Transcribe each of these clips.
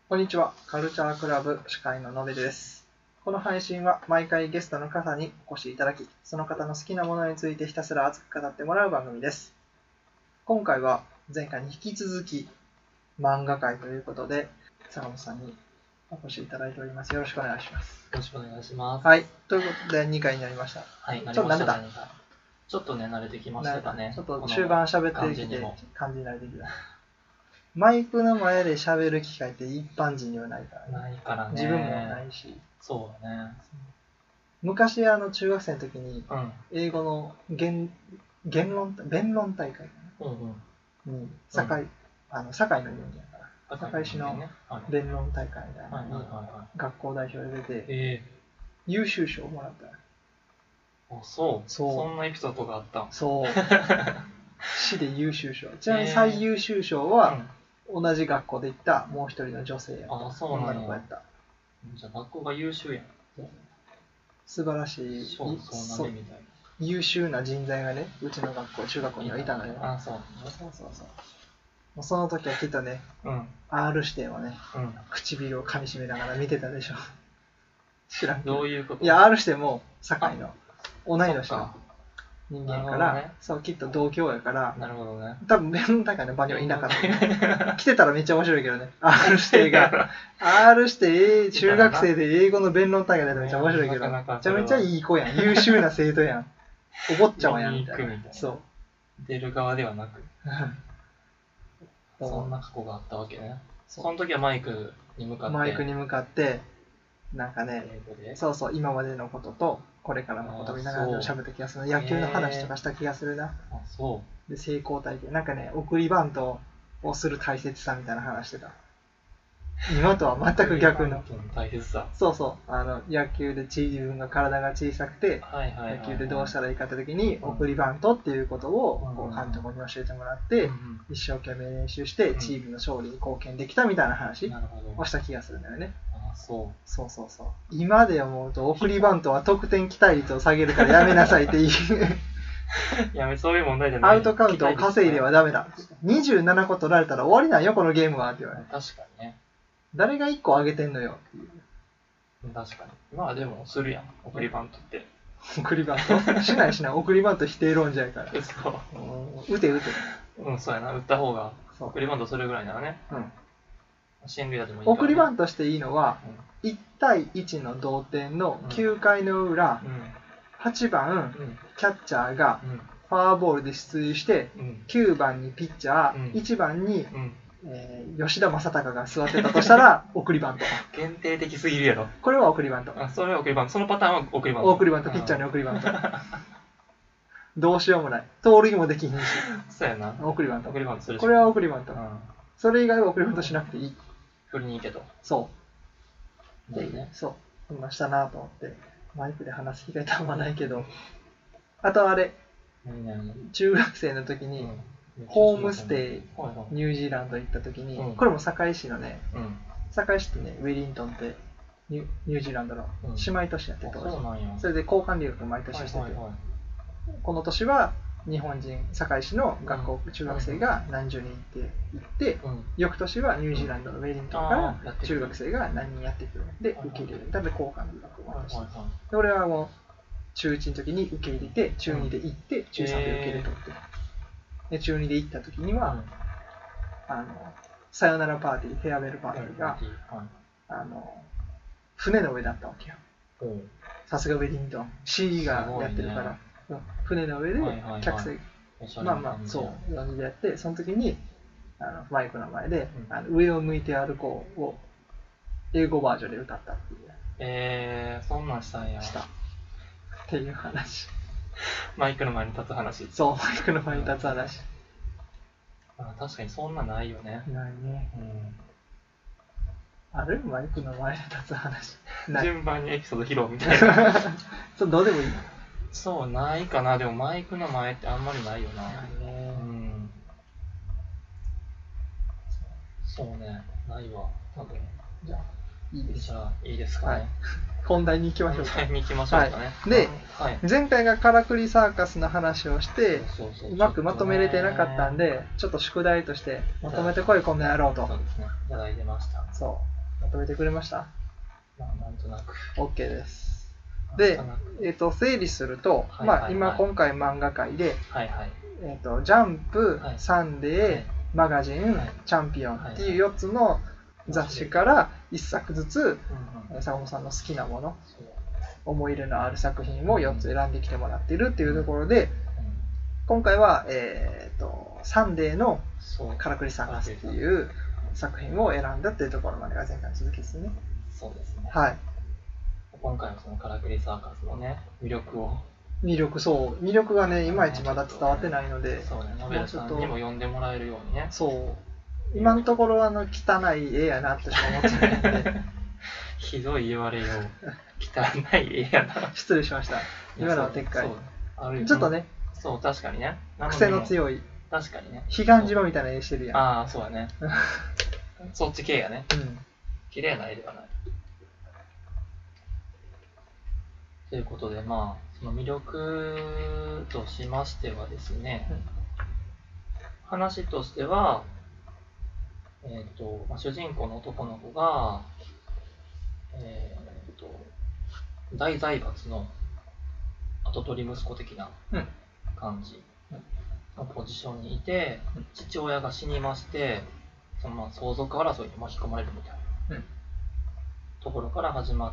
こんにちは。カルチャークラブ司会ののべです。この配信は毎回ゲストの方にお越しいただき、その方の好きなものについてひたすら熱く語ってもらう番組です。今回は前回に引き続き漫画界ということで、坂本さんにお越しいただいております。よろしくお願いします。 よろしくお願いします。 はい。ということで2回になりました。 はい、 ちょっと慣れた。 ちょっとね、慣れてきましたかね。 ちょっと中盤喋ってきて感じになれてきた。マイクの前で喋る機会って一般人にはないからね。 ないからね。 自分もないし。 そうだね。 昔中学生の時に、英語の弁論大会かな、に堺の日本やから堺市の弁論大会みたいなのに学校代表で出て優秀賞をもらった。 あ、そう。そんなエピソードがあった。 そう。市で優秀賞。ちなみに最優秀賞は、同じ学校で行ったもう一人の女性やった。 あ、そうなんや。 女の子やった。 じゃあ学校が優秀やん。 素晴らしい。優秀な人材がね、うちの中学校にはいたのよ。 あ、そう。 もうその時はきっとね、R 指定はね、唇を噛みしめながら見てたでしょ。知らん。 どういうこと？ いや、R 指定も堺の同い年の人間から、そうきっと同郷やから、 なるほどね。 多分弁論大会の場にはいなかった。来てたらめっちゃ面白いけどね。R 指定が R 指定中学生で英語の弁論大会だとめっちゃ面白いけど、めちゃめちゃいい子やん。優秀な生徒やん。お坊ちゃまやんみたいな。そう。 出る側ではなく。そんな過去があったわけね。その時はマイクに向かって、なんかね、そうそう、今までのこととこれからのことみたいな話を喋った気がする。野球の話とかした気がするな。あ、そう。 で、成功体験。なんかね、送りバントをする大切さみたいな話してた。今とは全く逆の。 大切さ。 そうそう。野球で自分が体が小さくて、野球でどうしたらいいかって時に、送りバントっていうことを監督に教えてもらって、一生懸命練習して、チームの勝利に貢献できたみたいな話をした気がするんだよね。そう。今で思うと、送りバントは得点期待率を下げるからやめなさいっていう。 そういう問題じゃない。 アウトカウントを稼いではダメだ。27個取られたら終わりなんよ、このゲームはって言われて。 確かにね。 誰が1個上げてんのよっていう。 確かに。まあでも、するやん、送りバントって。 送りバントしない。送りバント否定論者やから。打て。 そうやな、打った方が。送りバントするぐらいならね。進塁打でもいいからね。 送りバントしていいのは、1対1の同点の9回の裏、8番、キャッチャーがフォアボールで出塁して、9番にピッチャー、1番に吉田正尚が座ってたとしたら送りバント。 限定的すぎるやろ。 これは送りバント。 それは送りバント。そのパターンは送りバント。 送りバント、ピッチャーに送りバント。どうしようもない。盗塁もできひんし。 そうやな。 送りバント。 送りバントするし。 これは送りバント。それ以外は送りバントしなくていい。 振りに行けと。 そう。でね。そう。そんなしたなと思って。マイクで話す機会ってあんまないけど。あとあれ。中学生の時に、ホームステイ、ニュージーランド行った時に、これも堺市のね、堺市ってね、ウェリントンってニュージーランドの姉妹都市やって当時。それで交換留学毎年してて、この年は日本人、堺市の中学生が何十人行って、翌年はニュージーランドのウェリントンから中学生が何人やってくる。で、受け入れる。だって交換留学を毎年。で、俺はもう中1の時に受け入れて、中2で行って、中3で受け入れとって。で、中2で行った時には、さよならパーティー、フェアウェルパーティーが、船の上だったわけよ。さすがウェリントン。C がやってるから、船の上で客席、そう呼んでやって、その時に、マイクの前で、上を向いて歩こうを、英語バージョンで歌ったっていう。 そんなんしたんや。 したっていう話。 マイクの前に立つ話。 そう、マイクの前に立つ話。 確かにそんなないよね。 ないね。ある？マイクの前に立つ話。 順番にエピソード披露みたいな。 そう、どうでもいい。 そう、ないかな。でもマイクの前ってあんまりないよな。ないね。そうね、ないわ。多分。 じゃあ、いいです。 じゃあ、いいですかね。 本題に行きましょうか。 本題に行きましょうかね。 で、前回がカラクリサーカスの話をして、うまくまとめれてなかったんで、ちょっと宿題としてまとめてこい、こんな野郎と。 そうですね。いただいてました。 そまとめてくれました？ なんとなく。 OK です。で、整理すると、今回漫画界で、ジャンプ、サンデー、マガジン、チャンピオンっていう4つの雑誌から1作ずつ、坂本さんの好きなもの、思い入れのある作品を4つ選んできてもらっているっていうところで、今回は、サンデーのカラクリサーカスっていう作品を選んだっていうところまでが前回の続きですね。 そうですね。 はい。 今回はそのカラクリサーカスのね、魅力がね、いまいちまだ伝わってないので、 そうね、ノベルさんにも読んでもらえるようにね。 そう。今のところ汚い絵やなってしか思ってないんで。 ひどい言われよう。汚い絵やな。 失礼しました。今のは撤回。ちょっとね。 そう、確かにね。 癖の強い。 確かにね。 彼岸島みたいな絵してるやん。 ああ、そうやね。そっち系やね。綺麗な絵ではない。ということで、その魅力としましてはですね、話としては、主人公の男の子が、大財閥の跡取り息子的な感じのポジションにいて、父親が死にまして、その相続争いに巻き込まれるみたいなところから始まって、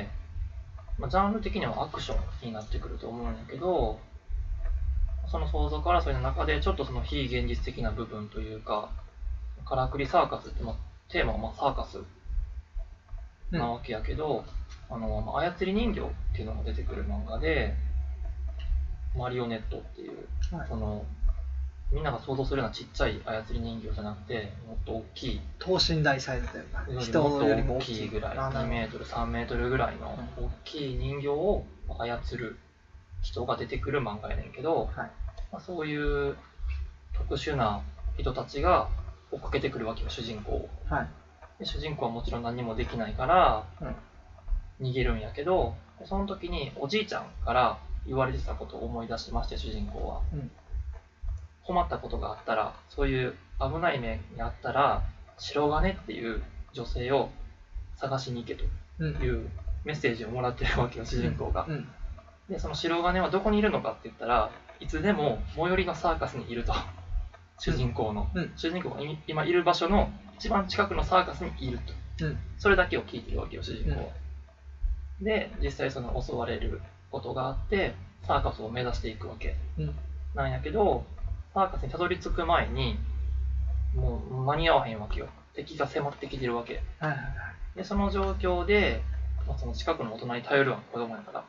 ジャンル的にはアクションになってくると思うんだけど、その相続争いの中でちょっとその非現実的な部分というか、カラクリサーカスって、テーマはサーカスなわけやけど、操り人形っていうのが出てくる漫画で、マリオネットっていう、そのみんなが想像するようなちっちゃい操り人形じゃなくて、もっと大きい、 等身大サイズというか、 人よりも大きいぐらい、2メートル、3メートルぐらいの大きい人形を操る人が出てくる漫画やねんけど、そういう特殊な人たちが追っかけてくるわけよ、主人公を。で主人公はもちろん何もできないから逃げるんやけど、その時におじいちゃんから言われてたことを思い出しまして、主人公は。困ったことがあったら、そういう危ない目にあったら、白金っていう女性を探しに行けというメッセージをもらってるわけよ、主人公が。で、その白金はどこにいるのかって言ったら、いつでも最寄りのサーカスにいると。主人公が今いる場所の一番近くのサーカスにいると。それだけを聞いてるわけよ、主人公は。で、実際その襲われることがあって、サーカスを目指していくわけなんやけど、サーカスにたどり着く前に、もう間に合わへんわけよ。敵が迫ってきてるわけ。で、その状況で、その近くの大人に頼るわ、子供やから、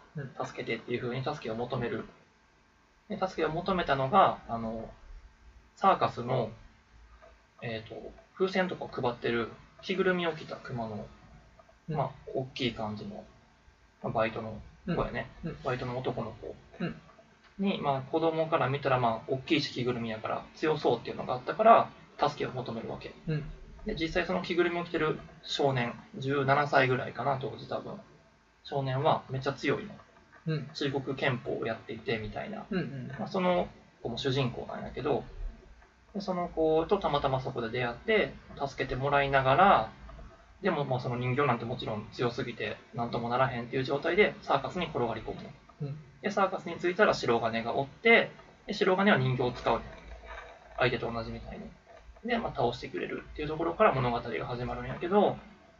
助けてっていう風に助けを求める。で、助けを求めたのが、サーカスの、風船とかを配ってる着ぐるみを着た熊の、大きい感じの、バイトの子やね。バイトの男の子。に、子供から見たら、大きいし着ぐるみやから強そうっていうのがあったから助けを求めるわけ、で実際その着ぐるみを着てる少年17歳ぐらいかな、当時多分。少年はめっちゃ強いの、中国拳法をやっていてみたいな、その子も主人公なんやけど、でその子とたまたまそこで出会って助けてもらいながら、でもその人形なんてもちろん強すぎて何ともならへんっていう状態でサーカスに転がり込むの、でサーカスに着いたら白金がおって、で白金は人形を使う、相手と同じみたいにで、倒してくれるっていうところから物語が始まるんやけど、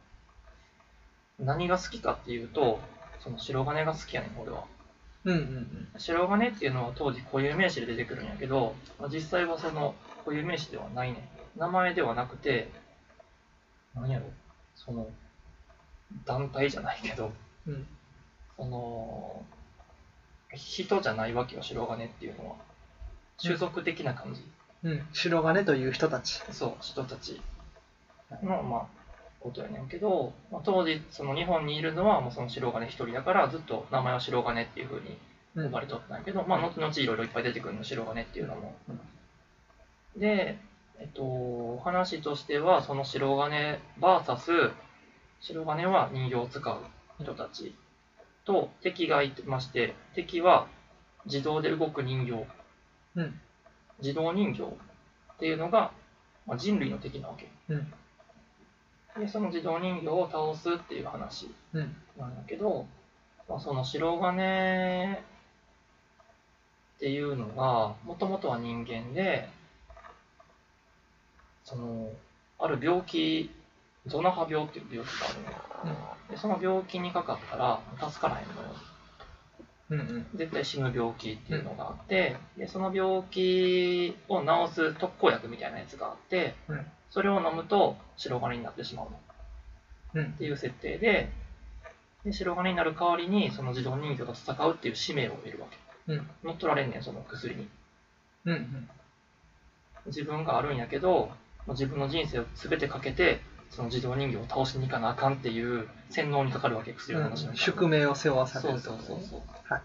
何が好きかっていうと、その白金が好きやねん、俺は。白金っていうのは当時固有名詞で出てくるんやけど、実際はその固有名詞ではないねん。名前ではなくて、何やろ、その団体じゃないけど、その人じゃないわけよ、白金っていうのは。種族的な感じ。 白金という人たち。 そう、人たちの、ことやねんけど、当時、その日本にいるのはもうその白金一人だから、ずっと名前は白金っていう風に呼ばれとったんやけど、後々いろいろいっぱい出てくるの、白金っていうのも。で、話としては、その白金 VS、白金は人形を使う人たちと敵がいまして、敵は自動で動く人形、自動人形っていうのが、人類の敵なわけ、 でその自動人形を倒すっていう話なんだけど、まあ、その白金っていうのがもともとは人間で、そのある病気、ゾナハ病っていう病気があるのよ、でその病気にかかったら助からへんのよ。絶対死ぬ病気っていうのがあって、でその病気を治す特効薬みたいなやつがあって、それを飲むと白金になってしまうの、っていう設定で、白金になる代わりにその自動人形と戦うっていう使命を得るわけ、乗っ取られんねん、その薬に、自分があるんやけど、自分の人生を全てかけてその自動人形を倒しに行かなあかんっていう洗脳にかかるわけ、薬の話の、 宿命を背負わされる。 そう。はい、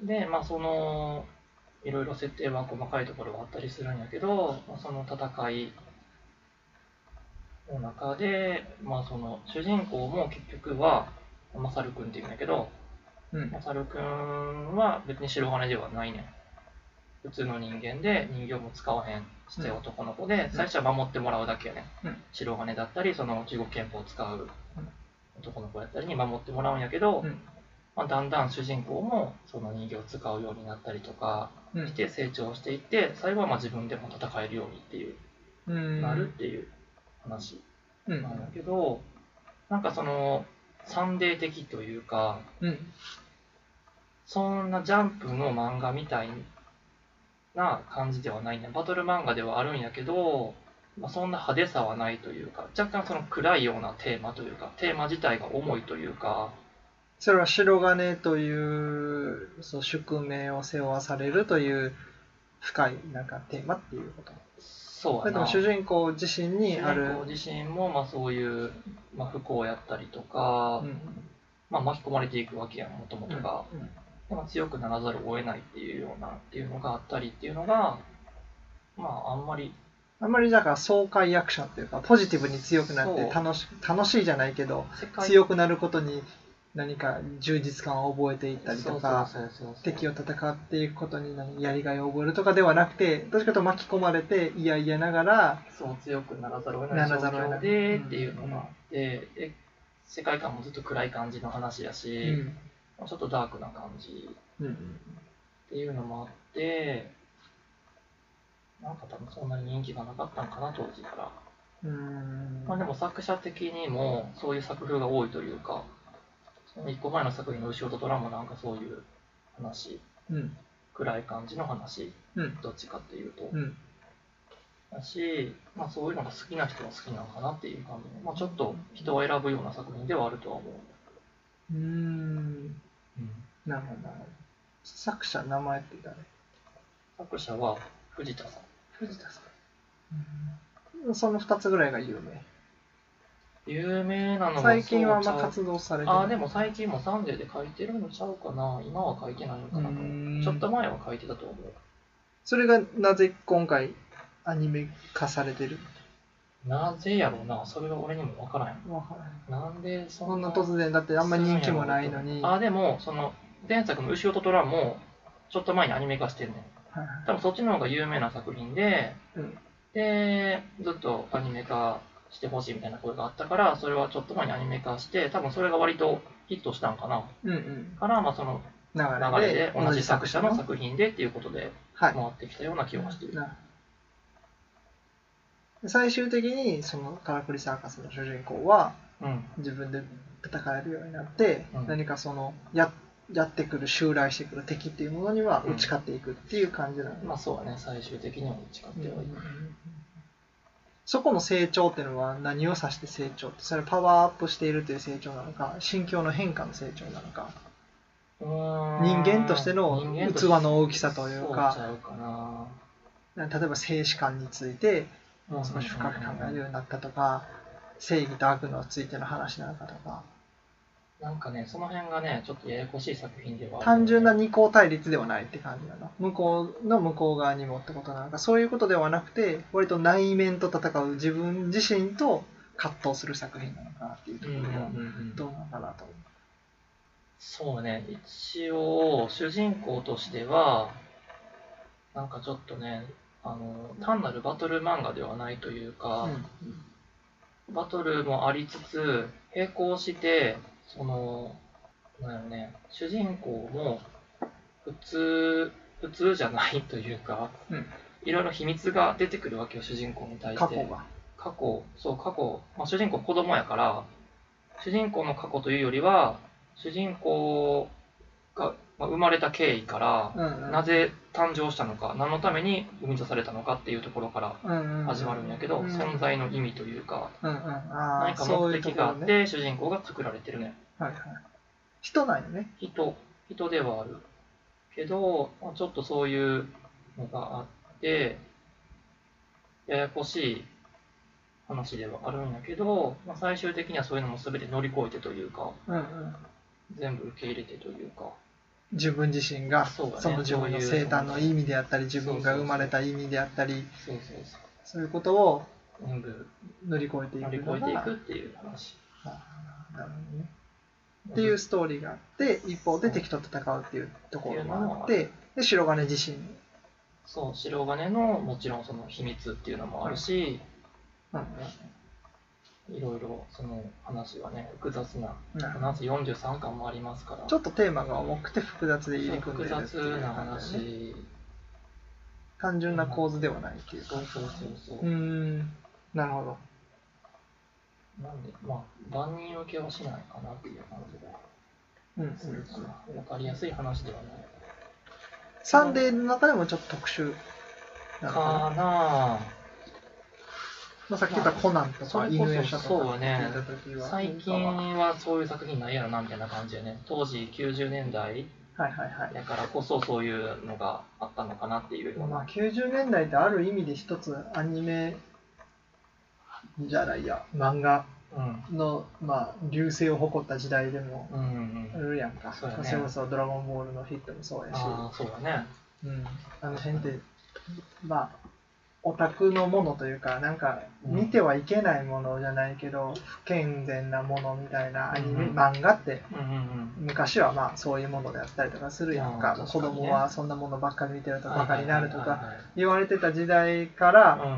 でまあそのいろいろ設定は細かいところがあったりするんやけど、その戦いの中で、まあ、その主人公も結局はマサル君っていうんだけど、マサル君は別に白金ではないねん。普通の人間で人形も使わへんちっちゃい男の子で、最初は守ってもらうだけやねん。白金だったりその中国憲法を使う男の子やったりに守ってもらうんやけど、まあ、だんだん主人公もその人形を使うようになったりとかして成長していって、最後はまあ自分でも戦えるようにっていうなるっていう話なんだけど、なんかそのサンデー的というか、そんなジャンプの漫画みたいな感じではないね。バトル漫画ではあるんやけど、まあ、そんな派手さはないというか、若干その暗いようなテーマというか、テーマ自体が重いというか。 それは白金というそう宿命を背負わされるという深いなんかテーマっていうこと。 そうやな。 でも主人公自身にある。 主人公自身もまあそういう、まあ、不幸やったりとか、まあ、巻き込まれていくわけやん、もともとが。でも強くならざるを得ないっていうようなっていうのがあったりっていうのが、まああんまりだから爽快アクションっていうかポジティブに強くなって楽しいじゃないけど強くなることに何か充実感を覚えていったりとか、敵を戦っていくことにやりがいを覚えるとかではなくて、どっちかというと巻き込まれて嫌々ながらそう強くならざるを得ない状況でっていうのがあって、で世界観もずっと暗い感じの話やし、ちょっとダークな感じっていうのもあって、なんか多分そんなに人気がなかったのかな当時から。まあでも作者的にもそういう作風が多いというか、その1個前の作品の後ろと虎もなんかそういう話、暗い感じの話、どっちかっていうと、だし、まあ、そういうのが好きな人は好きなのかなっていう感じで、まあ、ちょっと人を選ぶような作品ではあるとは思う。 なるほど。作者名前って誰？ 作者は藤田さん。 その2つぐらいが有名。 有名なのも最近はあんま活動されてない。 でも最近もサンデーで書いてるのちゃうかな。今は書いてないのかなと。ちょっと前は書いてたと思う。 それがなぜ今回アニメ化されてる？ なぜやろうな。それは俺にも分からへん。なんでそんな突然、だってあんまり人気もないのに。 でもその前作の牛尾と虎もちょっと前にアニメ化してるねん。多分そっちの方が有名な作品で、でずっとアニメ化してほしいみたいな声があったから、それはちょっと前にアニメ化して、多分それが割とヒットしたんかな。から、まあその流れで同じ作者の作品でっていうことで回ってきたような気がしている。 最終的にそのカラクリサーカスの主人公は自分で戦えるようになって、何かそのやってくる襲来してくる敵っていうものには打ち勝っていくっていう感じなの、 まあそうだね、最終的には打ち勝ってはいく、 そこの成長っていうのは何を指して成長って、それはパワーアップしているという成長なのか、心境の変化の成長なのか、人間としての器の大きさというか、例えば生死観についてもう少し深く考えるようになったとか、正義と悪のついての話なのかとか。 なんかね、その辺がね、ちょっとややこしい作品ではある、 単純な二項対立ではないって感じなの。向こうの向こう側にもってことなのか、そういうことではなくて、割と内面と戦う自分自身と葛藤する作品なのかなっていうところはどうなのかなと思う。 そうね、一応主人公としてはなんかちょっとね、 単なるバトル漫画ではないというか、バトルもありつつ、並行して、なんやろね、主人公も普通じゃないというか、いろいろ秘密が出てくるわけよ、主人公に対して。過去、主人公子供やから、主人公の過去というよりは、主人公が生まれた経緯から、なぜ誕生したのか、何のために生み出されたのかっていうところから始まるんやけど、存在の意味というか、何か目的があって、主人公が作られてるね。 人なんよね。 人ではある。けど、ちょっとそういうのがあって、ややこしい話ではあるんやけど、最終的にはそういうのも全て乗り越えてというか、全部受け入れてというか。 自分自身がその自分の生誕の意味であったり、自分が生まれた意味であったり、そういうことを全部乗り越えていくっていう話。 なるほどね。っていうストーリーがあって、一方で敵と戦うっていうところもあって、で白金自身。 そう、白金のもちろんその秘密っていうのもあるし、いろいろその話はね、複雑な、43巻もありますから。 ちょっとテーマが重くて複雑で入り組んでる複雑な話。 単純な構図ではないっていうか。なるほど。 なんで、万人受けはしないかなっていう感じがするかな。わかりやすい話ではない。 サンデーの中でもちょっと特殊なのかな。さっき言ったコナンとか犬夜叉とか聞いた時は、 最近はそういう作品ないやろなみたいな感じでね。当時90年代だからこそそういうのがあったのかなっていうような。 90年代ってある意味で一つアニメじゃないや漫画の、隆盛を誇った時代でもあるやんか。それこそドラゴンボールのヒットもそうやし。 そうだね。 あの辺ってオタクのものというか、なんか見てはいけないものじゃないけど、不健全なものみたいなアニメ、漫画って昔はそういうものであったりとかするやんか。子供はそんなものばっかり見てるとバカになるとか言われてた時代から、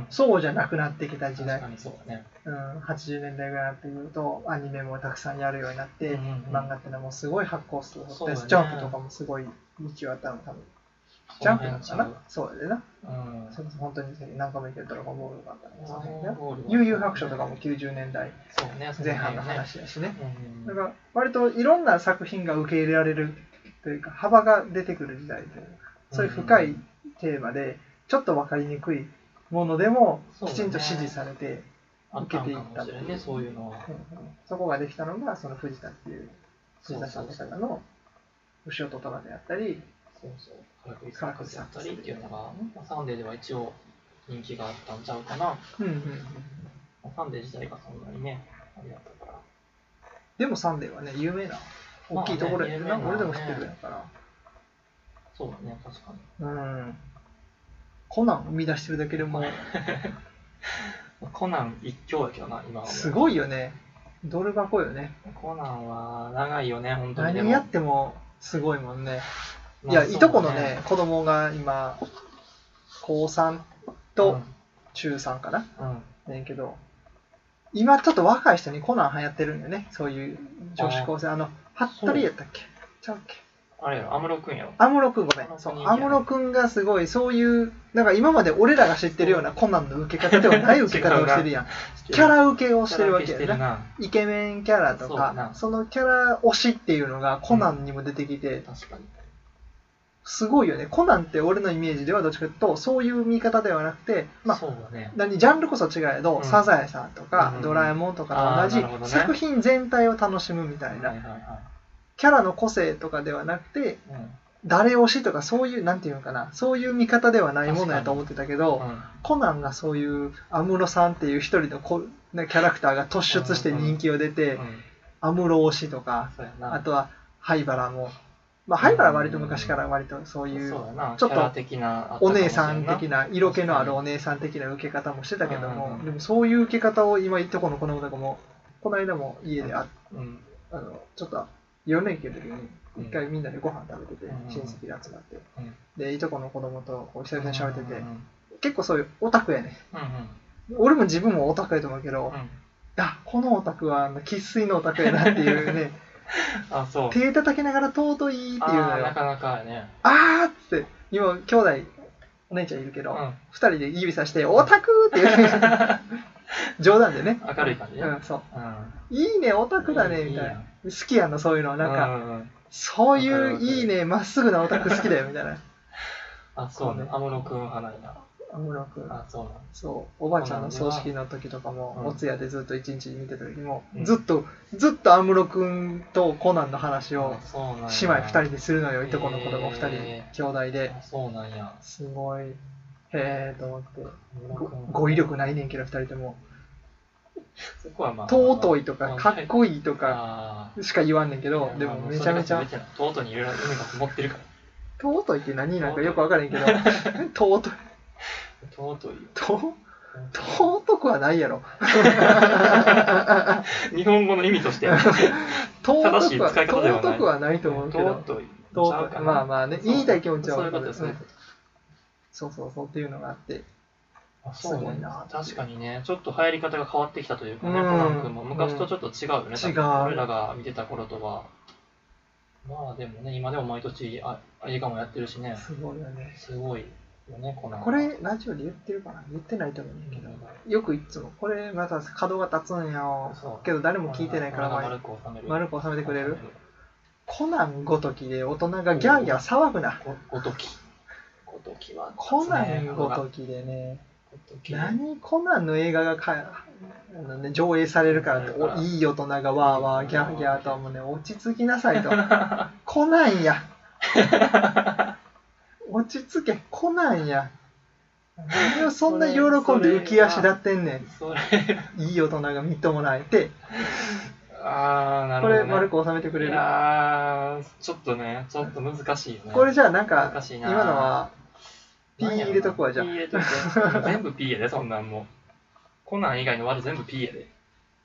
そうじゃなくなってきた時代。80年代ぐらいになってくるとアニメもたくさんやるようになって、漫画ってのはもうすごい発行数を持って、ジャンプとかもすごい道は多分ジャンプなのかな。そうやでな。本当に何回も言ってるドラゴンボールがあったのね。悠々白書とかも90年代前半の話やしね。だから割といろんな作品が受け入れられるというか、幅が出てくる時代というか、そういう深いテーマでちょっと分かりにくいものでもきちんと支持されて受けていったっていう。そこができたのがその藤田っていう藤田さんって方の牛尾と虎であったり、 からくりだったりっていうのが、サンデーでは一応人気があったんちゃうかな。サンデー自体がそんなにね、あれだったから。 でもサンデーはね、有名な大きいところやな。俺でも知ってるやから。 そうだね、確かに。 コナン生み出してるだけでもコナン一強やけどな、今は。 すごいよね。ドル箱よね。 コナンは長いよね、本当に。 何やってもすごいもんね。いや、いとこのね、子供が今、高3と中3かな。ねんけど、今ちょっと若い人にコナン流行ってるんだよね。そういう女子高生。ハッタリやったっけちゃうっけあれやろ、アムロくんやろ。 アムロくんごめん。そう、アムロくんがすごい、そういう、なんか今まで俺らが知ってるようなコナンの受け方ではない受け方をしてるやん。キャラ受けをしてるわけやな。イケメンキャラとか、そのキャラ推しっていうのがコナンにも出てきて、 確かに。 すごいよね。コナンって俺のイメージではどっちかというと、そういう見方ではなくて、ジャンルこそ違えど、サザエさんとか、ドラえもんとかと同じ作品全体を楽しむみたいな。キャラの個性とかではなくて、誰推しとかそういう、なんていうのかな、そういう見方ではないものやと思ってたけど、コナンがそういう安室さんっていう一人のキャラクターが突出して人気を出て、安室推しとか、あとは灰原も、灰原は割と昔から割とそういう、ちょっとお姉さん的な、色気のあるお姉さん的な受け方もしてたけども、でもそういう受け方を今言ってこの子供とかも、この間も家でちょっと4連休の時に一回みんなでご飯食べてて、親戚で集まって、でいとこの子供と久々に喋ってて、 結構そういうオタクやね、 うんうん、 俺も自分もオタクやと思うけど、 うん、 このオタクは生粋のオタクやなっていうねあ、そう。 手叩きながら尊いっていうのよ。 なかなかやね。 あーって、今、兄弟、お姉ちゃんいるけど、 うん、 二人で指さして、オタクって言う。冗談でね。 明るい感じね。 うん、そう。 うん、 いいね、オタクだね、みたいな。好きやんの、そういうの。なんか、そういういいね、まっすぐなオタク好きだよ、みたいな。 あ、そうね。安室くん派なんや。 安室くん。 あ、そうなん。 そう、おばあちゃんの葬式の時とかも、お通夜でずっと一日見てた時も、 うん、 ずっと安室くんとコナンの話を、姉妹二人でするのよ、いとこの子供二人、兄弟で。 そうなんや。 すごい、へえと思って、語彙力ないねんけど、二人とも。 そこはまあ、 尊いとか、かっこいいとかしか言わんねんけど、でもめちゃめちゃ。 尊いにいろいろ意味がこもってるから。 尊いって何なんかよく分からへんけど、尊い。 尊い。 尊くはないやろ。 日本語の意味として。正しい使い方ではない。 尊くはないと思うけど。 尊い。 まあまあね、言いたい気持ちは分かる。 そうっていうのがあって。 すごいな。確かにね、ちょっと流行り方が変わってきたというかね、コナン君も昔とちょっと違うよね。 違う。 俺らが見てた頃とは。まあでもね、今でも毎年映画もやってるしね。 すごいよね。 すごいよね、コナン。 これ、ラジオで言ってるかな、言ってないと思うんだけど、よくいつも、これまた角が立つんやよ。けど誰も聞いてないから丸く収めてくれる。コナンごときで大人がギャーギャー騒ぐな。 ごときは。 コナンごときでね、何コナンの映画が上映されるからって、いい大人がわーわーギャーギャーとはもうね、落ち着きなさいと。コナンや。落ち着け、コナンや。何をそんな喜んで浮き足立ってんねん。いい大人がみっともないって。 なるほど、ね。 これ丸く収めてくれる。 ちょっと難しいよね。 これじゃあなんか、今のは、P 入れとくわ、じゃあ。 P 入れとく。全部 P やで、そんなんもう。コナン以外の悪全部 P やで。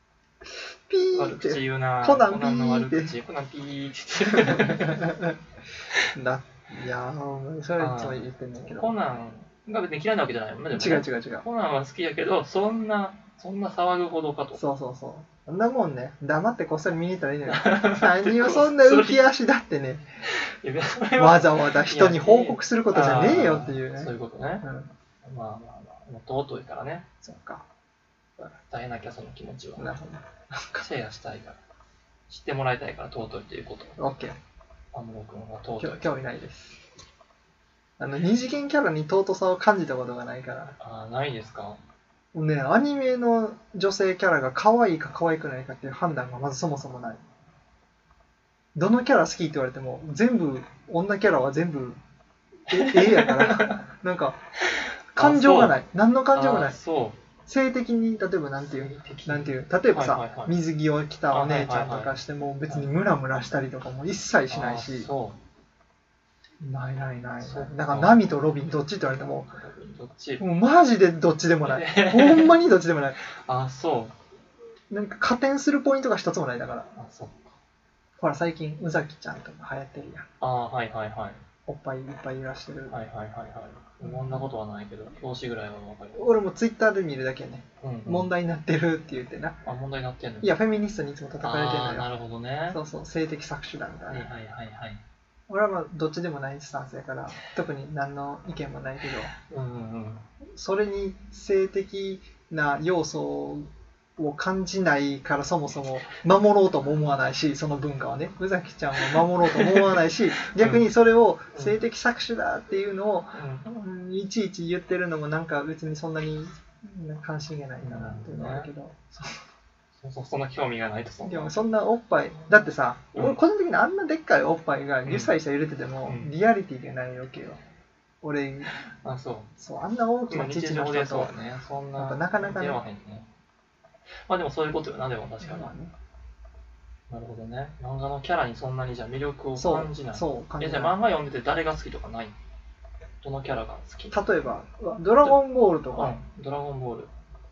P ー悪口言うな。 コナン P ーって。 コナン P ーって言って。 いやー、それはいつも言ってんねんけど。 コナンが別に嫌いなわけじゃないもんね。 違う。 コナンは好きやけど、そんな騒ぐほどかと。 そう。そんなもんね、黙ってこっそり見に行ったらいいのよ。何をそんな浮き足だってね。わざわざ人に報告することじゃねえよっていうね。 そういうことね。まあ、尊いからね。 そうか。 伝えなきゃその気持ちは。 なるほど。 シェアしたいから。知ってもらいたいから尊いということ。 オッケー。 安室君は尊い。 興味ないです。二次元キャラに尊さを感じたことがないから。 ないですか？ ね、アニメの女性キャラが可愛いか可愛くないかっていう判断がまずそもそもない。どのキャラ好きって言われても、全部、女キャラは全部、やから、なんか、感情がない。何の感情もない。性的に、例えばなんていう、例えばさ、水着を着たお姉ちゃんとかしても、別にムラムラしたりとかも一切しないし、ない。だから、ナミとロビンどっちって言われても、もうマジでどっちでもない。ほんまにどっちでもない。なんか加点するポイントが一つもないだから。ほら、最近、宇崎ちゃんとか流行ってるやん。おっぱいいっぱい揺らしてる。 そんなことはないけど、表紙ぐらいは分かる。 俺もツイッターで見るだけね。問題になってるって言ってな。 問題になってんの？ いや、フェミニストにいつも叩かれてるのよ。 なるほどね。 そう、性的搾取だみたいな。俺はまあどっちでもないスタンスやから、特に何の意見もないけど、それに性的な要素を感じないからそもそも守ろうとも思わないし、その文化はね、宇崎ちゃんを守ろうとも思わないし、逆にそれを性的搾取だっていうのをいちいち言ってるのもなんか別にそんなに関心がないかなっていうのはあるけど。 そんな興味がないとそんなおっぱいだってさ、俺個人的にあんなでっかいおっぱいがギュサイサ揺れててもリアリティがないわけよ。俺そうあんな大きな父の人となかなかね。 まあでもそういうことよな。でも確かになるほどね。漫画のキャラにそんなにじゃ魅力を感じない。じゃあ漫画読んでて誰が好きとかない？どのキャラが好き？ 例えばドラゴンボールとか。 ドラゴンボール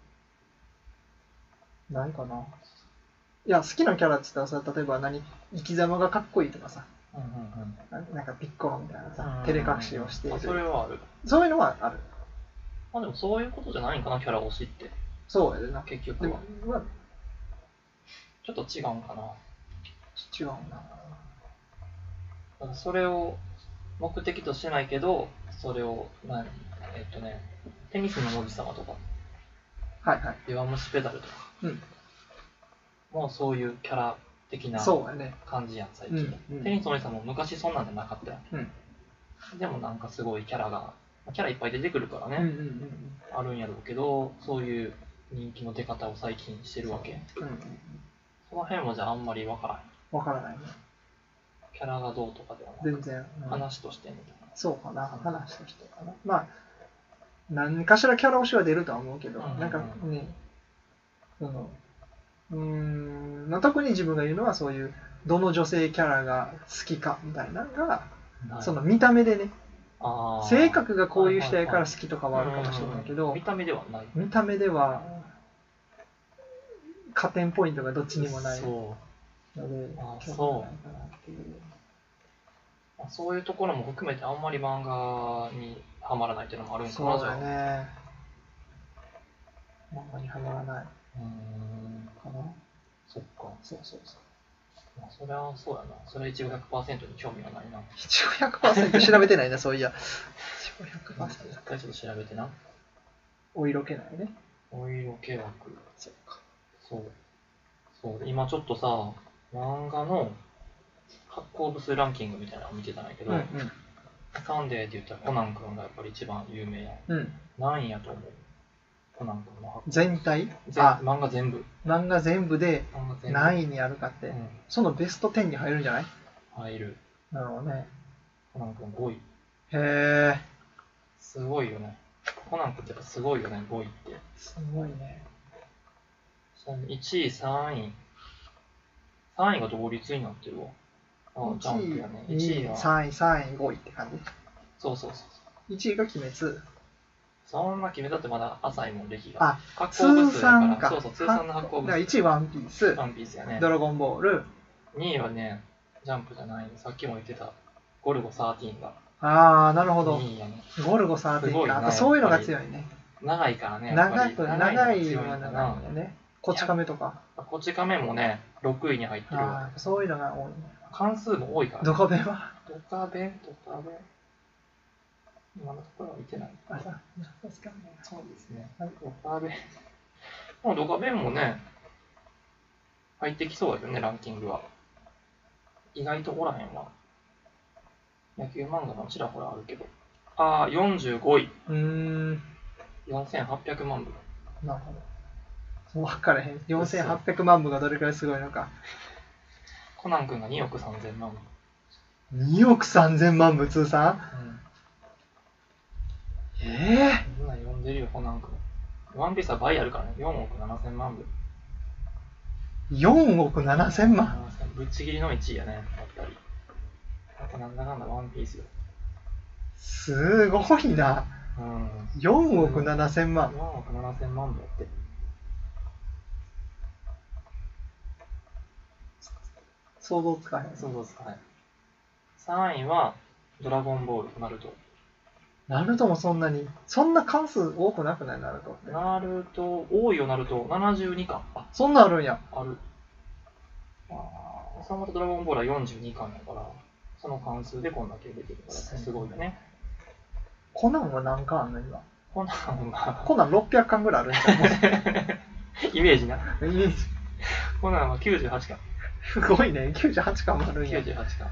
ないかな。いや、好きなキャラって言ったらさ、例えば生き様がかっこいいとかさ、なんかピッコロみたいなさ、照れ隠しをしている。 それはある。 そういうのはある。 まあでもそういうことじゃないんかな、キャラ推しって。 そうやでな。 結局は。まあ、ちょっと違うんかな。 違うな。 だからそれを目的としてないけど、それを、テニスの王子様とか、 はいはい。 弱虫ペダルとか、もうそういうキャラ的な感じやん、最近。テニスの王子様も昔そんなんじゃなかったやん。でもなんかすごいキャラいっぱい出てくるからね、あるんやろうけど、そういう人気の出方を最近してるわけ。その辺もじゃああんまりわからない。 わからないね。 キャラがどうとかではなく、全然、 話としてみたいな。 そうかな、話としてかな。まあ、何かしらキャラ推しは出るとは思うけど、なんかね、特に自分が言うのはそういう、どの女性キャラが好きかみたいなのが、その見た目でね、性格がこういう人やから好きとかはあるかもしれないけど、 見た目ではない。 見た目では、加点ポイントがどっちにもないので、 そういうところも含めてあんまり漫画にはまらないっていうのもあるんかな。 そうだね。漫画にはまらない。かな。 そっか。 そうそうそう。 まあ、そりゃそうやな。それは一応 100% に興味がないな。 一応 100% 調べてないな、そういや。 一応 100%。一回ちょっと調べてな。 お色気ないね。 お色気枠。 そうか。 そう。今ちょっとさ、漫画の発行部数ランキングみたいなのを見てたんやけど、サンデーで言ったらコナン君がやっぱり一番有名や。何位やと思う？コナン君の発行。 全体？ 漫画全部。 漫画全部で何位にあるかって、そのベスト10に入るんじゃない？ 入る。 なるほどね。 コナン君5位。 へー。 すごいよね。コナン君ってやっぱすごいよね、5位って。 すごいね。 1位、3位。3位が同率になってるわ。ジャンプやね。1位は。 3位、5位って感じ。 そう。 1位が鬼滅。 そんな決めたってまだ浅いもん、歴が。 通算か。 そう、通算の発行部数。 1位ワンピース。 ワンピースやね。 ドラゴンボール。 2位はね、ジャンプじゃないさっきも言ってた、ゴルゴ13が。 なるほど。 2位やね。 ゴルゴ13か。そういうのが強いね。 長いからね。 長いのは長いよね。こち亀とか。 こち亀もね、6位に入ってる。 そういうのが多いね。 関数も多いから。 ドカベはドカベ今のところは見てない。そうですね。ドカベドカベもね、入ってきそうだよね、ランキングは。意外とおらへんわ。野球漫画もちらほらあるけど。45位。4800万部。 なるほど。分からへん。4800万部がどれくらいすごいのか。 コナン君が2億3000万部。 2億3000万部通算？ みんな読んでるよ、コナン君。ワンピースは倍あるからね、4億7000万部。 4億7000万？ ぶっちぎりの1位やね、やっぱり。あとなんだかんだワンピースよ。 すごいな。4億7000万。 4億7000万部やって。 想像つかへん。 3位はドラゴンボール、ナルト。 ナルトもそんな関数多くなくない？ナルトって。 ナルト、多いよ、ナルト。72巻。 そんなあるんや。 ある。そのまたドラゴンボールは42巻だから、その関数でこんだけ出てるから、すごいよね。 コナンは何巻あんの今？ コナン600巻ぐらいあるんじゃないイメージな。コナンは98巻。 すごいね、98巻もあるんや。 98巻。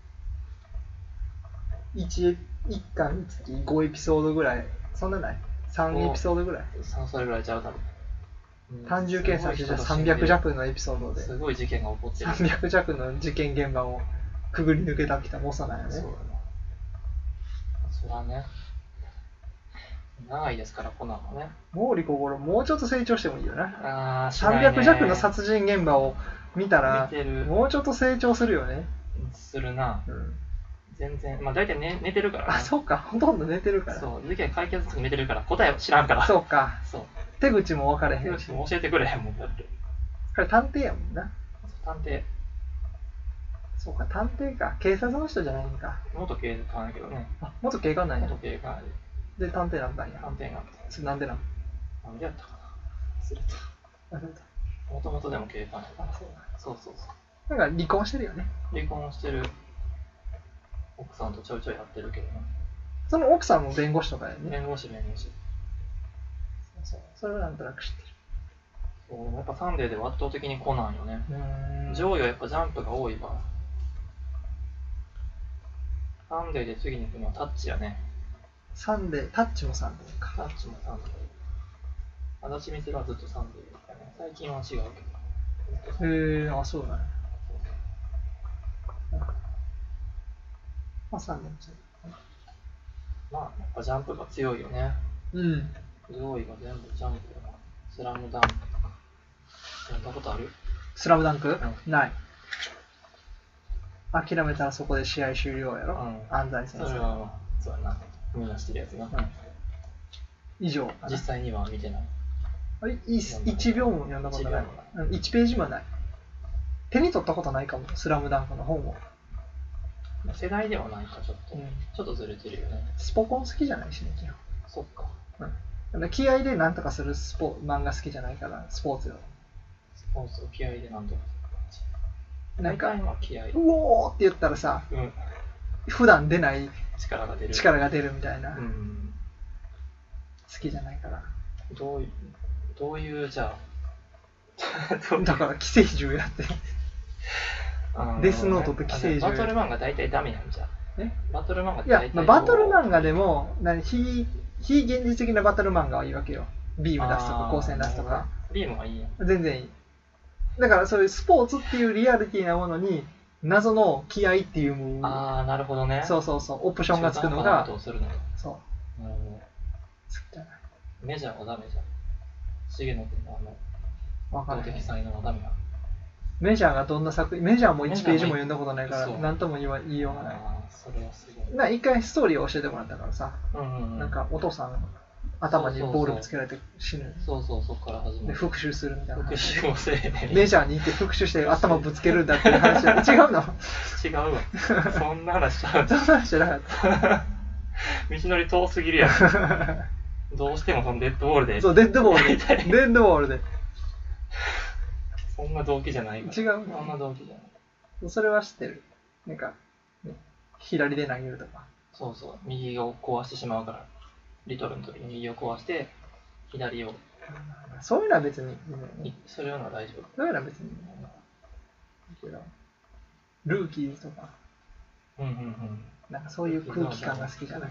1巻につき5エピソードぐらい、そんなない？ 3 エピソードぐらい。 それぐらいちゃう多分。 単純計算してじゃあ300弱のエピソードで。 すごい事件が起こってる。 300弱の事件現場をくぐり抜けたきた猛者なんやね。 そうだね。そらね。長いですから、コナンはね。 毛利小五郎、もうちょっと成長してもいいよな。300弱の殺人現場を見たら、もうちょっと成長するよね。 するな。全然、まあ大体寝てるから。 そうか、ほとんど寝てるから。 そう、事件解決すぐ寝てるから、答え知らんから。 そうか。手口も分かれへんし。 手口も教えてくれへんもんだって。 これ探偵やもんな。 探偵。 そうか、探偵か。警察の人じゃないんか。 元警官やけどね。 元警官なんや。 元警官やで。 で、探偵なんだんや。 探偵になって。 それなんでなん？ なんでやったかな、忘れた。 忘れた。 もともとでも警官やった。そうそうそう。 なんか離婚してるよね。 離婚してる奥さんとちょいちょいやってるけどな。 その奥さんも弁護士とかやね。 弁護士。 そう。それはなんとなく知ってる。 そう、やっぱサンデーでは圧倒的にコナンよね。上位はやっぱジャンプが多いわ。サンデーで次に行くのはタッチやね。 サンデー、タッチもサンデーか。 タッチもサンデー。足立みつるはずっとサンデーだね。最近は違うけど。 へえ、あ、そうだね。まあ、サンデーもそう。 まあ、やっぱジャンプが強いよね。 うん。 上位が全部ジャンプだな。スラムダンクとか。やったことある？ スラムダンク、 うん、 ない。諦めたらそこで試合終了やろ。安西先生。 それはまあ、そうやな。みんな知ってるやつな。 以上。 実際には見てない。 あれ、1秒も読んだことない。1ページもない。手に取ったことないかも、スラムダンクの本を。 世代ではないか、ちょっと。ちょっとずれてるよね。 スポコン好きじゃないしね、基本。 そっか。 気合でなんとかする漫画好きじゃないから、スポーツよ。 スポーツを気合でなんとかする感じ。なんか、 気合。 うおーって言ったらさ、普段出ない力が出るみたいな。好きじゃないから。 どういう、じゃあ。 だから、寄生獣やって。デスノートと寄生獣。 バトル漫画大体ダメなんじゃ。バトル漫画いや、バトル漫画でも、非現実的なバトル漫画はいいわけよ。ビーム出すとか、光線出すとか。 ビームはいいや。 全然いい。だからそういうスポーツっていうリアリティなものに、謎の気合っていうもの。 ああ、なるほどね。 そう、オプションがつくのが。そう。なるほど。好きじゃない。 メジャーはダメじゃん。重野君の圧倒的才能はダメなの。 メジャーがどんな作品、メジャーも1ページも読んだことないから、なんとも言いようがない。 それはすごい。 一回ストーリーを教えてもらったからさ、なんかお父さん頭にボールぶつけられて死ぬ。 そこから始まる。 で、復讐するみたいな。 復讐をせえへん。 メジャーに行って復讐して頭ぶつけるんだっていう話だ。違うの？ 違うわ。そんな話じゃなかった。 そんな話じゃなかった。 道のり遠すぎるやん。どうしてもそのデッドボールで。 そう、デッドボールで。デッドボールで。 そんな動機じゃないから。 違う。 そんな動機じゃない。 それは知ってる。なんか、左で投げるとか。 そう。右を壊してしまうから。リトルの時に右を壊して、左を。 そういうのは別に。 それは大丈夫。 そういうのは別に。ルーキーズとか。なんかそういう空気感が好きじゃない。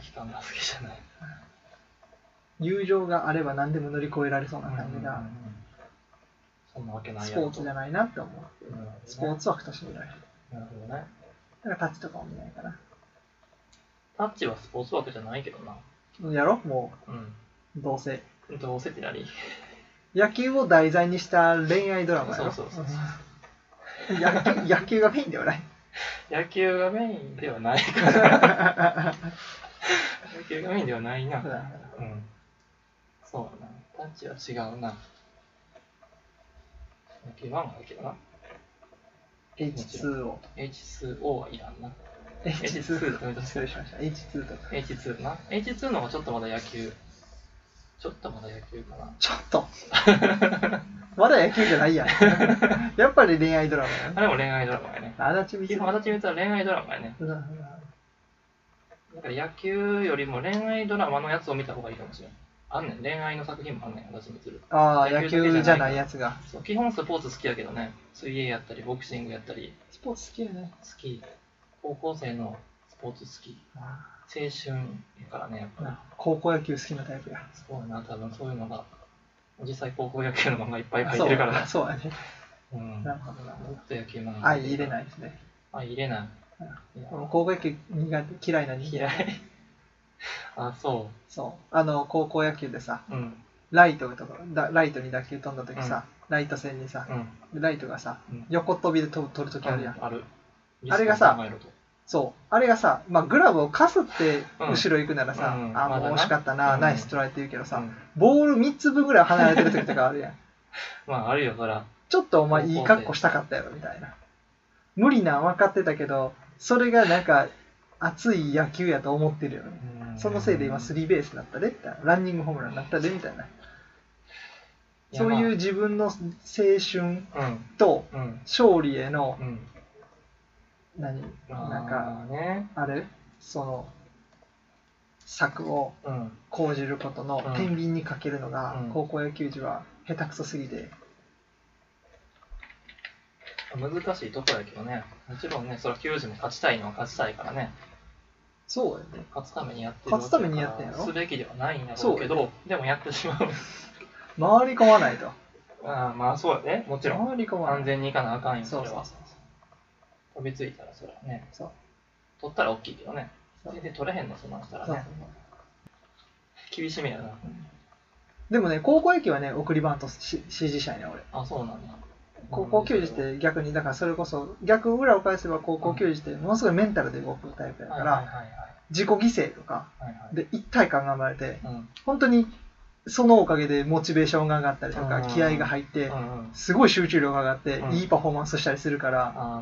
友情があれば何でも乗り越えられそうな感じが。 そんなわけないスポーツじゃないなって思う。スポーツ枠として見られる。 なるほどね。 だからタッチとかも見ないかな。 タッチはスポーツ枠じゃないけどな。 やろもう。どうせ。 どうせって何？ 野球を題材にした恋愛ドラマやろ。 そう。 野球がメインではない。 野球がメインではないから。野球がメインではないな。そうだな。タッチは違うな。野球漫画だけどな。 H2O。 H2O はいらんな。 H2 と失礼しました。H2 とか。 H2 な。H2 の方がちょっとまだ野球。ちょっとまだ野球かな。 ちょっとまだ野球じゃないやん。やっぱり恋愛ドラマやね。 あれも恋愛ドラマやね。 足立光は恋愛ドラマやね。だから野球よりも恋愛ドラマのやつを見た方がいいかもしれない。あんねん、恋愛の作品もあんねん、足立光。 ああ、野球じゃないやつが。 基本スポーツ好きやけどね。水泳やったり、ボクシングやったり。 スポーツ好きやね。 好き。高校生のスポーツ好き。青春やからね、やっぱり。 高校野球好きなタイプや。 そうやな、多分そういうのが。実際高校野球の漫画いっぱい書いてるからね。 そうやね。なるほどな。もっと野球漫画。相入れないですね。 相入れない。 高校野球嫌いな人間。 嫌い。あ、そう。 そう。高校野球でさ、ライトに打球飛んだ時さ、ライト線にさ、ライトがさ、横飛びで取る時あるやん。 ある。 あれがさ、そう。あれがさ、グラブをかすって後ろ行くならさ、もう惜しかったな、ナイストライって言うけどさ、ボール3つ分ぐらい離れてる時とかあるやん。 まあ、あるよ、そら。 ちょっとお前いい格好したかったやろ、みたいな。無理なん分かってたけど、それがなんか、 熱い野球やと思ってるよね。そのせいで今スリーベースになったでってランニングホームランになったでみたいな。そういう自分の青春と勝利への、なんか、あれその策を講じることの天秤にかけるのが高校野球時は下手くそすぎて。 難しいところやけどね。もちろんね、それは球児も勝ちたいのは勝ちたいからね。 そうやね。 勝つためにやってる勝つためにやってんやろ。 すべきではないんやろうけど、でもやってしまう。 回り込まないと。 まあそうやね。もちろん。 回り込まない。 安全にいかなあかんよ、 それは。 飛びついたらそれはね。 そう。 取ったら大きいけどね。全然取れへんの、そんなんしたらね。厳しめやな。 でもね、高校野球はね、送りバント支持者やね、俺。 あ、そうなんだ。 高校球児って逆に、だからそれこそ、逆裏を返せば高校球児ってものすごいメンタルで動くタイプやから、自己犠牲とか、で一体感が生まれて、本当にそのおかげでモチベーションが上がったりとか、気合が入って、すごい集中力が上がって、いいパフォーマンスしたりするから、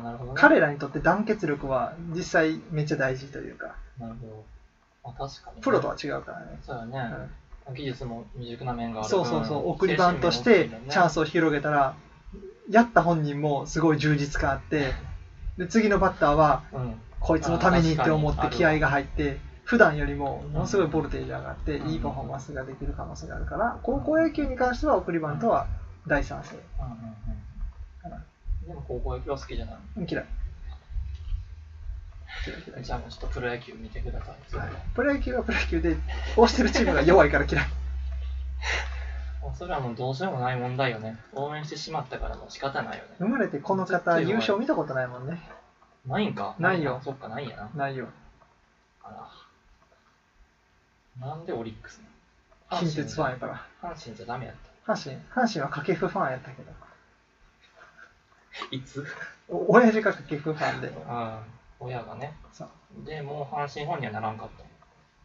彼らにとって団結力は実際めっちゃ大事というか、 なるほど。確かに。 プロとは違うからね。 そうだね。技術も未熟な面がある。 そうそうそう、送りバントしてチャンスを広げたら、やった本人もすごい充実感あって、で次のバッターは、こいつのためにって思って気合が入って、普段よりもものすごいボルテージ上がって、いいパフォーマンスができる可能性があるから、高校野球に関しては送りバントは大賛成。 でも高校野球は好きじゃない？ 嫌い。 じゃあもうちょっとプロ野球見てください。 はい、プロ野球はプロ野球で、推してるチームが弱いから嫌い。 それはもうどうしようもない問題よね。応援してしまったからもう仕方ないよね。 生まれてこの方、優勝見たことないもんね。 ないんか？ ないよ。 そっか、ないやな。 ないよ。 あら。なんでオリックスなの？近鉄ファンやから。 阪神じゃダメやった。 阪神は掛布ファンやったけど。 いつ？ 親父が掛布ファンで。 親がね。でもう阪神ファンにはならんかった。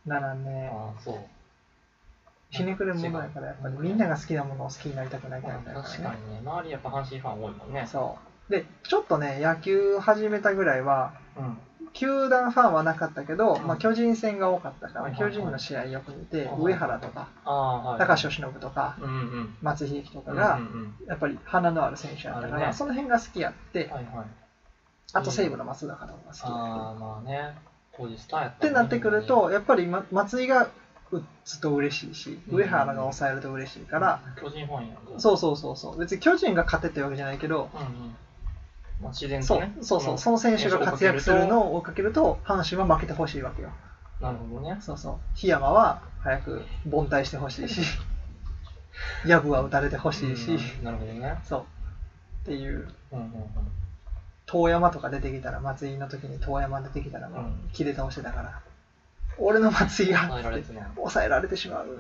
ならんね。 そう。 ひねくれ者やからやっぱりみんなが好きなものを好きになりたくないからね。 確かにね、周りやっぱ阪神ファン多いもんね。 そう。で、ちょっとね、野球始めたぐらいは、球団ファンはなかったけど、巨人戦が多かったから、巨人の試合よく見て、上原とか、高橋由伸とか、松井秀喜とかが、やっぱり花のある選手やったから、その辺が好きやって、あと西武の松坂とかが好きやって。 まあね、当時スターやった。 ってなってくると、やっぱり松井が打つと嬉しいし、上原が抑えると嬉しいから、 巨人ファンやん。 そう。別に巨人が勝てってわけじゃないけど、 自然とね。 その選手が活躍するのを追いかけると、阪神は負けてほしいわけよ。 なるほどね。 檜山は早く凡退してほしいし、薮は打たれてほしいし、 なるほどね。 そう。っていう。遠山とか出てきたら、松井の時に遠山出てきたら、切れ倒してたから。俺の松井が抑えられてしまう。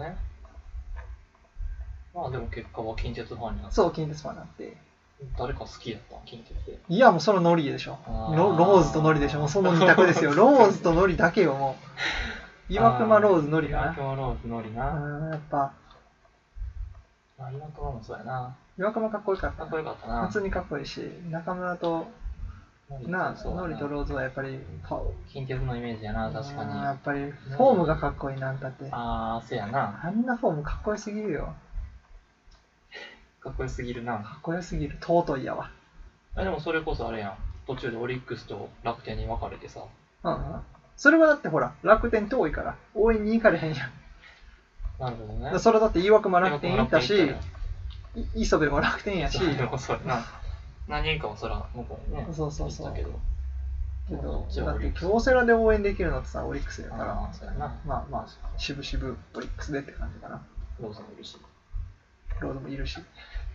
まあでも結果は近鉄ファンになって。 そう、近鉄ファンになって。 誰か好きやった近鉄で。 いや、もうそのノリでしょ。ローズとノリでしょ。もうその2択ですよ。ローズとノリだけよ、もう。岩隈ローズノリかな。 岩隈ローズノリな。 やっぱ。 岩隈もそうやな。 岩隈かっこよかった。 かっこよかったな。 普通にかっこいいし、中村と、ノリとローズはやっぱり近鉄のイメージやな、確かに。 やっぱりフォームがかっこいいなんだって。 そうやな。 あんなフォームかっこよすぎるよ。 かっこよすぎるな。 かっこよすぎる。尊いやわ。 でもそれこそあれやん。途中でオリックスと楽天に分かれてさ。 それはだってほら、楽天遠いから応援に行かれへんやん。 なるほどね。 それだって岩隈楽天行ったし、磯部も楽天やし。 そうやな。何人かはそら向こうにね。 そう。 けどだって京セラで応援できるのってさ、オリックスやから。 まあ、渋々オリックスでって感じかな。 ローズもいるし。 ロードもいるし。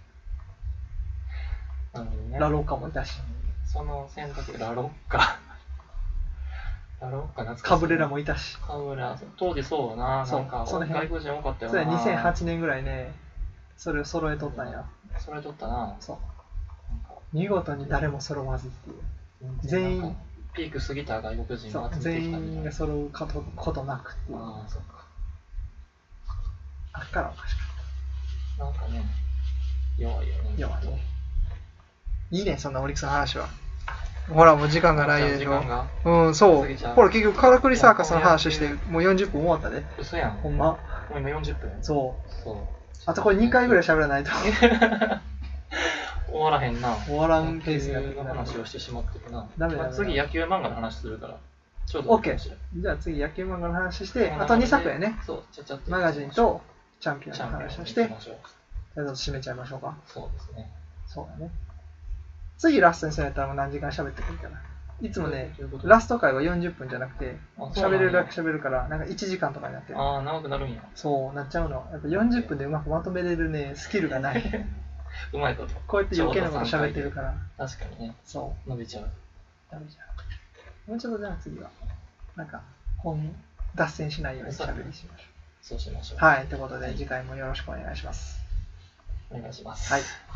なるほどね。 ラロッカもいたし。 その選択、ラロッカ懐かしい。 カブレラもいたし。 カブレラ、当時そうな。なんか外国人多かったよな。 そうや、2008年ぐらいね、それを揃えとったんや。 揃えとったな。 そう。見事に誰も揃わずっていう。全員ピーク過ぎた外国人が全員が揃うことなくっていう。 そっか。 あっからおかしかった。なんかね、弱いよね。 弱いね。いいね、そんなオリックスの話は。 ほら、もう時間がないでしょ。うん、そう。ほら、結局、カラクリサーカスの話して、もう40分終わったで。 嘘やん。 ほんま。 もう今40分。 そう。あとこれ2回ぐらい喋らないと。 終わらへんな。 終わらんケースの話をしてしまってるな。 ダメだ。 次、野球漫画の話するから。 ちょうど。OK。じゃあ次、野球漫画の話して、あと2作やね。 そう、ちゃちゃっと。 マガジンとチャンピオンの話をして、じゃあ締めちゃいましょうか。 そうですね。 そうだね。次ラストにするんやったらもう何時間喋ってくるかな。いつもね、ラスト回は40分じゃなくて、喋れるだけ喋るから、なんか1時間とかになってる。 ああ、長くなるんや。 そう、なっちゃうの。やっぱ40分でうまくまとめれるね、スキルがない。 うまいこと。 こうやって余計なこと喋ってるから。 確かにね。 そう。 伸びちゃう。 伸びちゃう。もうちょっとじゃあ次は、なんか、脱線しないように喋りしましょう。 そうしましょう。 はい、ということで次回もよろしくお願いします。 お願いします。 はい。